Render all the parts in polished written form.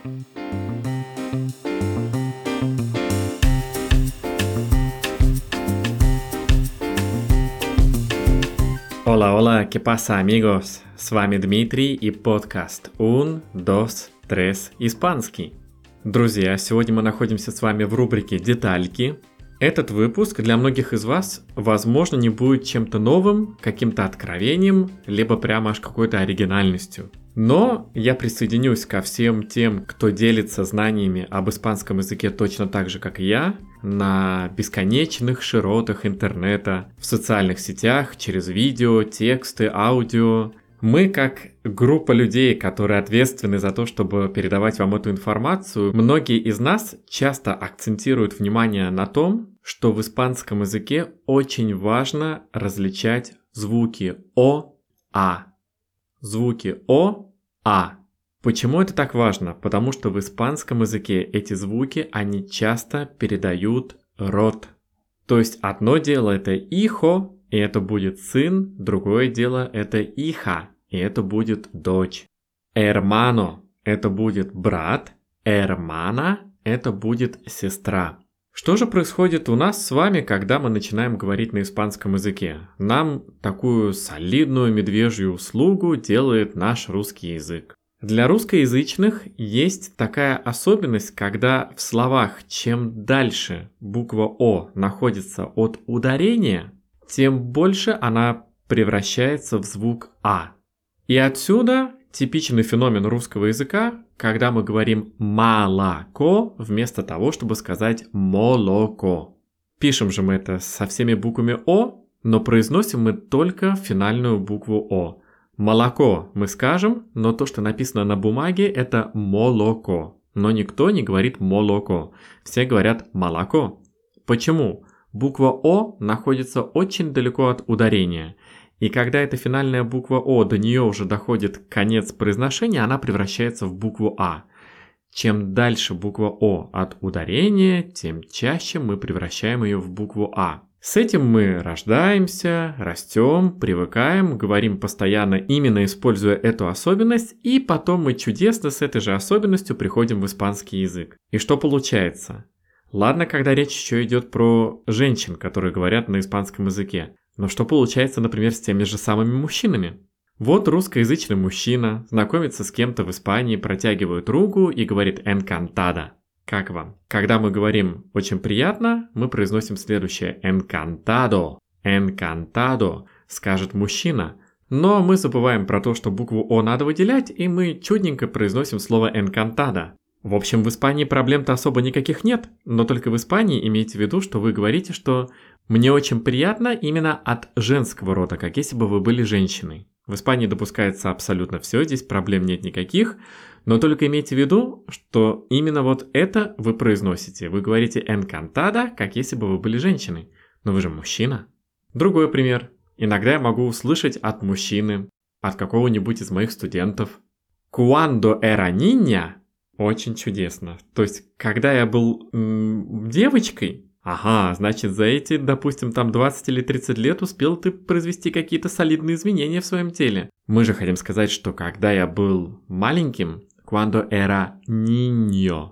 Hola, hola, ¿qué pasa, amigos? С вами Дмитрий и подкаст Un, dos, tres, испанский. Друзья, сегодня мы находимся с вами в рубрике «Детальки». Этот выпуск для многих из вас, возможно, не будет чем-то новым, каким-то откровением, либо прямо аж какой-то оригинальностью. Но я присоединюсь ко всем тем, кто делится знаниями об испанском языке точно так же, как и я, на бесконечных широтах интернета, в социальных сетях, через видео, тексты, аудио. Мы, как группа людей, которые ответственны за то, чтобы передавать вам эту информацию, многие из нас часто акцентируют внимание на том, что в испанском языке очень важно различать звуки О, А. Звуки О, А. Почему это так важно? Потому что в испанском языке эти звуки, они часто передают род. То есть одно дело это «ихо», и это будет сын, другое дело это «иха», и это будет дочь. «Эрмано» – это будет брат, «эрмана» – это будет сестра. Что же происходит у нас с вами, когда мы начинаем говорить на испанском языке? Нам такую солидную медвежью услугу делает наш русский язык. Для русскоязычных есть такая особенность, когда в словах чем дальше буква О находится от ударения, тем больше она превращается в звук А. И отсюда типичный феномен русского языка, когда мы говорим «молоко» вместо того, чтобы сказать «молоко». Пишем же мы это со всеми буквами О, но произносим мы только финальную букву О. «Молоко» мы скажем, но то, что написано на бумаге, это «молоко». Но никто не говорит «молоко». Все говорят «молоко». Почему? Буква О находится очень далеко от ударения. И когда эта финальная буква О до нее уже доходит конец произношения, она превращается в букву А. Чем дальше буква О от ударения, тем чаще мы превращаем ее в букву А. С этим мы рождаемся, растем, привыкаем, говорим постоянно, именно используя эту особенность, и потом мы чудесно с этой же особенностью приходим в испанский язык. И что получается? Ладно, когда речь еще идет про женщин, которые говорят на испанском языке. Но что получается, например, с теми же самыми мужчинами? Вот русскоязычный мужчина знакомится с кем-то в Испании, протягивает руку и говорит «encantada». Как вам? Когда мы говорим «очень приятно», мы произносим следующее «encantado». «Encantado» скажет мужчина. Но мы забываем про то, что букву «о» надо выделять, и мы чудненько произносим слово «encantada». В общем, в Испании проблем-то особо никаких нет, но только в Испании имейте в виду, что вы говорите, что «мне очень приятно» именно от женского рода, как если бы вы были женщиной. В Испании допускается абсолютно все, здесь проблем нет никаких, но только имейте в виду, что именно вот это вы произносите. Вы говорите «encantada», как если бы вы были женщиной, но вы же мужчина. Другой пример. Иногда я могу услышать от мужчины, от какого-нибудь из моих студентов «Cuando era niña». Очень чудесно. То есть, когда я был девочкой, ага, значит, за эти, допустим, там 20 или 30 лет успел ты произвести какие-то солидные изменения в своем теле. Мы же хотим сказать, что когда я был маленьким, cuando era niño,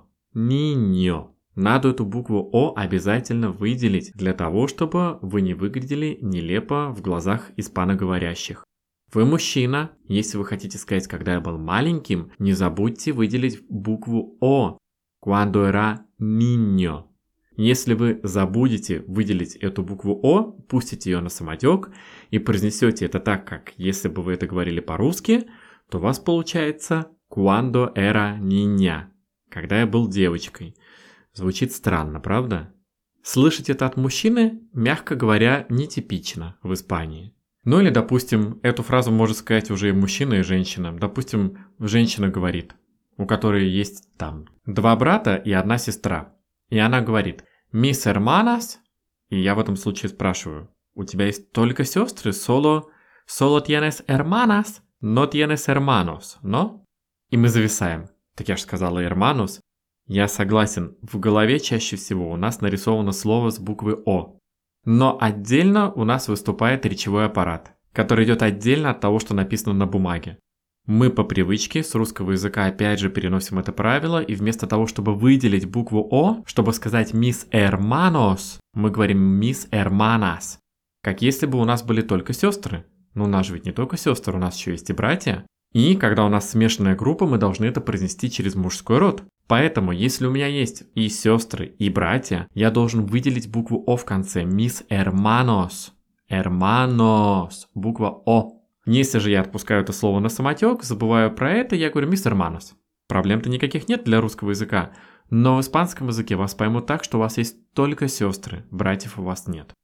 niño, надо эту букву О обязательно выделить для того, чтобы вы не выглядели нелепо в глазах испаноговорящих. Вы мужчина, если вы хотите сказать, когда я был маленьким, не забудьте выделить букву О. Cuando era niño. Если вы забудете выделить эту букву О, пустите ее на самотек и произнесете это так, как если бы вы это говорили по-русски, то у вас получается cuando era niña, когда я был девочкой. Звучит странно, правда? Слышать это от мужчины, мягко говоря, нетипично в Испании. Ну или, допустим, эту фразу может сказать уже и мужчина, и женщина. Допустим, женщина говорит, у которой есть там 2 брата и 1 сестра. И она говорит «mis hermanas», и я в этом случае спрашиваю, у тебя есть только сестры, solo tienes hermanas, no tienes hermanos, no? И мы зависаем. Так я же сказала hermanos. Я согласен, в голове чаще всего у нас нарисовано слово с буквы О. Но отдельно у нас выступает речевой аппарат, который идет отдельно от того, что написано на бумаге. Мы по привычке с русского языка опять же переносим это правило, и вместо того, чтобы выделить букву О, чтобы сказать «mis hermanos», мы говорим «mis hermanas», как если бы у нас были только сестры. Но у нас же ведь не только сестры, у нас еще есть и братья. И когда у нас смешанная группа, мы должны это произнести через мужской род. Поэтому, если у меня есть и сестры, и братья, я должен выделить букву О в конце. «Mis hermanos». Hermanos. Буква О. Если же я отпускаю это слово на самотек, забываю про это, я говорю «mis hermanos». Проблем-то никаких нет для русского языка, но в испанском языке вас поймут так, что у вас есть только сестры, братьев у вас нет.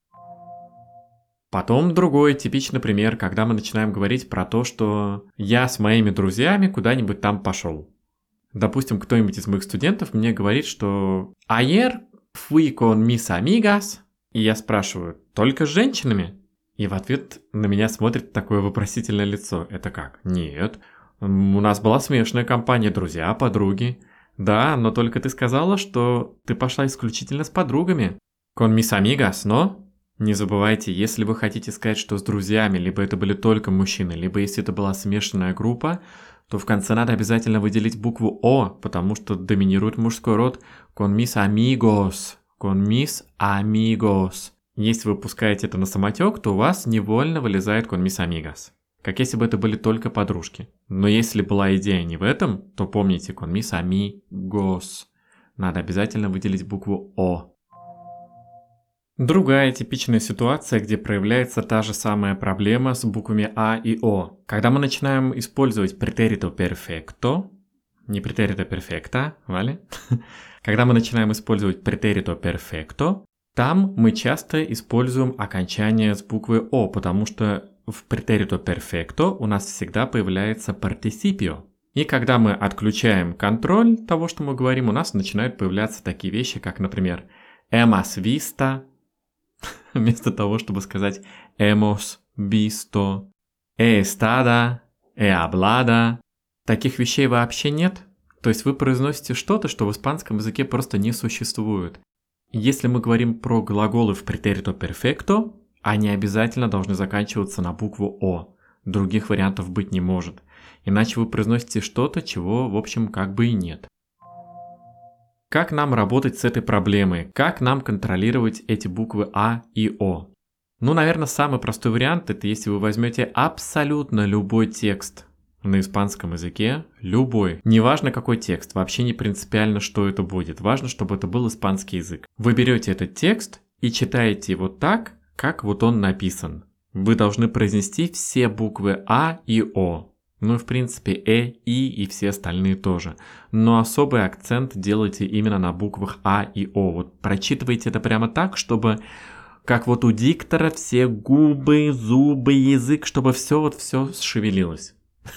Потом другой типичный пример, когда мы начинаем говорить про то, что я с моими друзьями куда-нибудь там пошел. Допустим, кто-нибудь из моих студентов мне говорит, что «ayer fui con mis amigas», и я спрашиваю «только с женщинами?» И в ответ на меня смотрит такое вопросительное лицо. Это как? Нет. У нас была смешанная компания, друзья, подруги. Да, но только ты сказала, что ты пошла исключительно с подругами. Con mis amigas, но... Не забывайте, если вы хотите сказать, что с друзьями, либо это были только мужчины, либо если это была смешанная группа, то в конце надо обязательно выделить букву О, потому что доминирует мужской род. Con mis amigos. Con mis amigos. Если вы пускаете это на самотек, то у вас невольно вылезает con mis amigas. Как если бы это были только подружки. Но если была идея не в этом, то помните con mis amigos. Надо обязательно выделить букву О. Другая типичная ситуация, где проявляется та же самая проблема с буквами А и О. Когда мы начинаем использовать претерито перфекто, не претерито перфекта, вали? Когда мы начинаем использовать претерито перфекто, там мы часто используем окончание с буквы О, потому что в претерито перфекто у нас всегда появляется партисипио. И когда мы отключаем контроль того, что мы говорим, у нас начинают появляться такие вещи, как, например, hemos visto, вместо того, чтобы сказать hemos visto, he estado, he hablado. Таких вещей вообще нет. То есть вы произносите что-то, что в испанском языке просто не существует. Если мы говорим про глаголы в претерито перфекто, они обязательно должны заканчиваться на букву О. Других вариантов быть не может. Иначе вы произносите что-то, чего, в общем, как бы и нет. Как нам работать с этой проблемой? Как нам контролировать эти буквы А и О? Ну, наверное, самый простой вариант – это если вы возьмете абсолютно любой текст на испанском языке, любой. Неважно какой текст, вообще не принципиально, что это будет. Важно, чтобы это был испанский язык. Вы берете этот текст и читаете его так, как вот он написан. Вы должны произнести все буквы А и О. Ну и в принципе И все остальные тоже. Но особый акцент делайте именно на буквах А и О. Вот прочитывайте это прямо так, чтобы как вот у диктора все губы, зубы, язык, чтобы все шевелилось.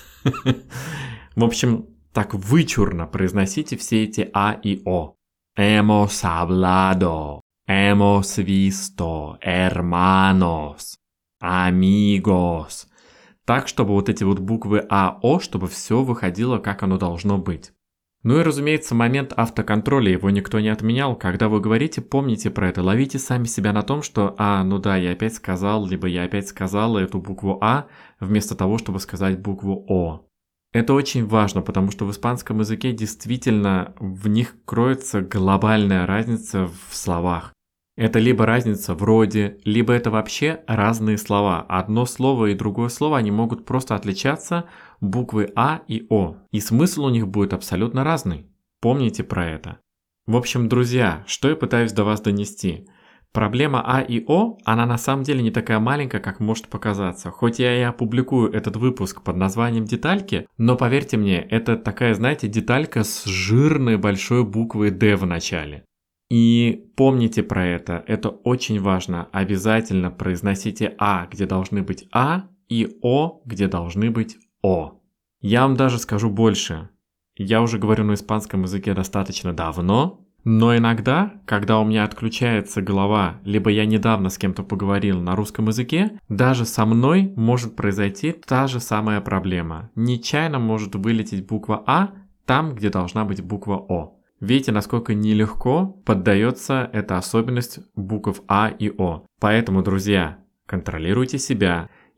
В общем, так вычурно произносите все эти А и О. Hemos hablado, hemos visto, hermanos, amigos. Так, чтобы вот эти вот буквы А, О, чтобы все выходило, как оно должно быть. Ну и, разумеется, момент автоконтроля, его никто не отменял. Когда вы говорите, помните про это, ловите сами себя на том, что ну да, я опять сказал, либо я опять сказала эту букву А, вместо того, чтобы сказать букву О. Это очень важно, потому что в испанском языке действительно в них кроется глобальная разница в словах. Это либо разница в роде, либо это вообще разные слова. Одно слово и другое слово, они могут просто отличаться буквы А и О. И смысл у них будет абсолютно разный. Помните про это. В общем, друзья, что я пытаюсь до вас донести. Проблема А и О, она на самом деле не такая маленькая, как может показаться. Хоть я и опубликую этот выпуск под названием «Детальки», но поверьте мне, это такая, знаете, деталька с жирной большой буквой «Д» в начале. И помните про это очень важно. Обязательно произносите А, где должны быть А, и О, где должны быть О. Я вам даже скажу больше. Я уже говорю на испанском языке достаточно давно, но иногда, когда у меня отключается голова, либо я недавно с кем-то поговорил на русском языке, даже со мной может произойти та же самая проблема. Нечаянно может вылететь буква А там, где должна быть буква О. Видите, насколько нелегко поддается эта особенность букв А и О. Поэтому, друзья, контролируйте себя.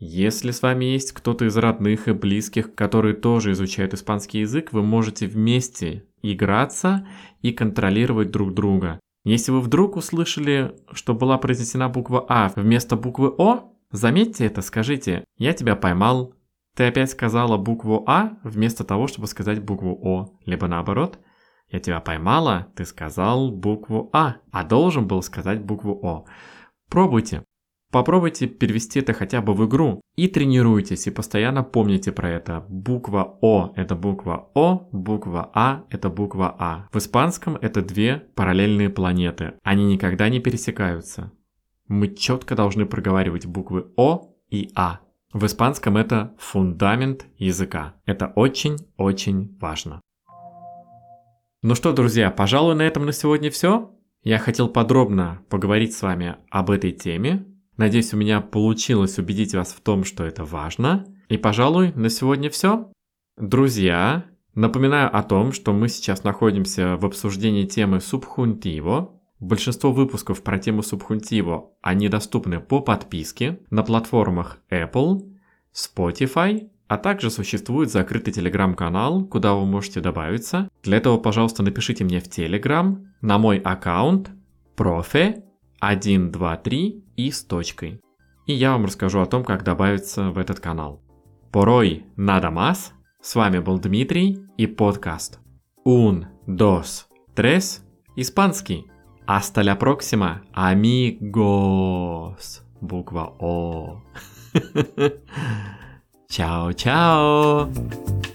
Если с вами есть кто-то из родных и близких, которые тоже изучают испанский язык, вы можете вместе играться и контролировать друг друга. Если вы вдруг услышали, что была произнесена буква А вместо буквы О, заметьте это, скажите: «Я тебя поймал». Ты опять сказала букву А вместо того, чтобы сказать букву О. Либо наоборот: «Я тебя поймала», ты сказал букву А должен был сказать букву О. Пробуйте. Попробуйте перевести это хотя бы в игру. И тренируйтесь, и постоянно помните про это. Буква О – это буква О, буква А – это буква А. В испанском это две параллельные планеты. Они никогда не пересекаются. Мы четко должны проговаривать буквы О и А. В испанском это фундамент языка. Это очень-очень важно. Ну что, друзья, пожалуй, на этом на сегодня все. Я хотел подробно поговорить с вами об этой теме. Надеюсь, у меня получилось убедить вас в том, что это важно. И, пожалуй, на сегодня все. Друзья, напоминаю о том, что мы сейчас находимся в обсуждении темы subjuntivo. Большинство выпусков про тему subjuntivo, они доступны по подписке на платформах Apple, Spotify, а также существует закрытый телеграм-канал, куда вы можете добавиться. Для этого, пожалуйста, напишите мне в Telegram на мой аккаунт profe123 и с точкой. И я вам расскажу о том, как добавиться в этот канал. Por hoy nada más. С вами был Дмитрий и подкаст Un, dos, tres, испанский. Hasta la próxima, amigos. Буква О. Чао-чао.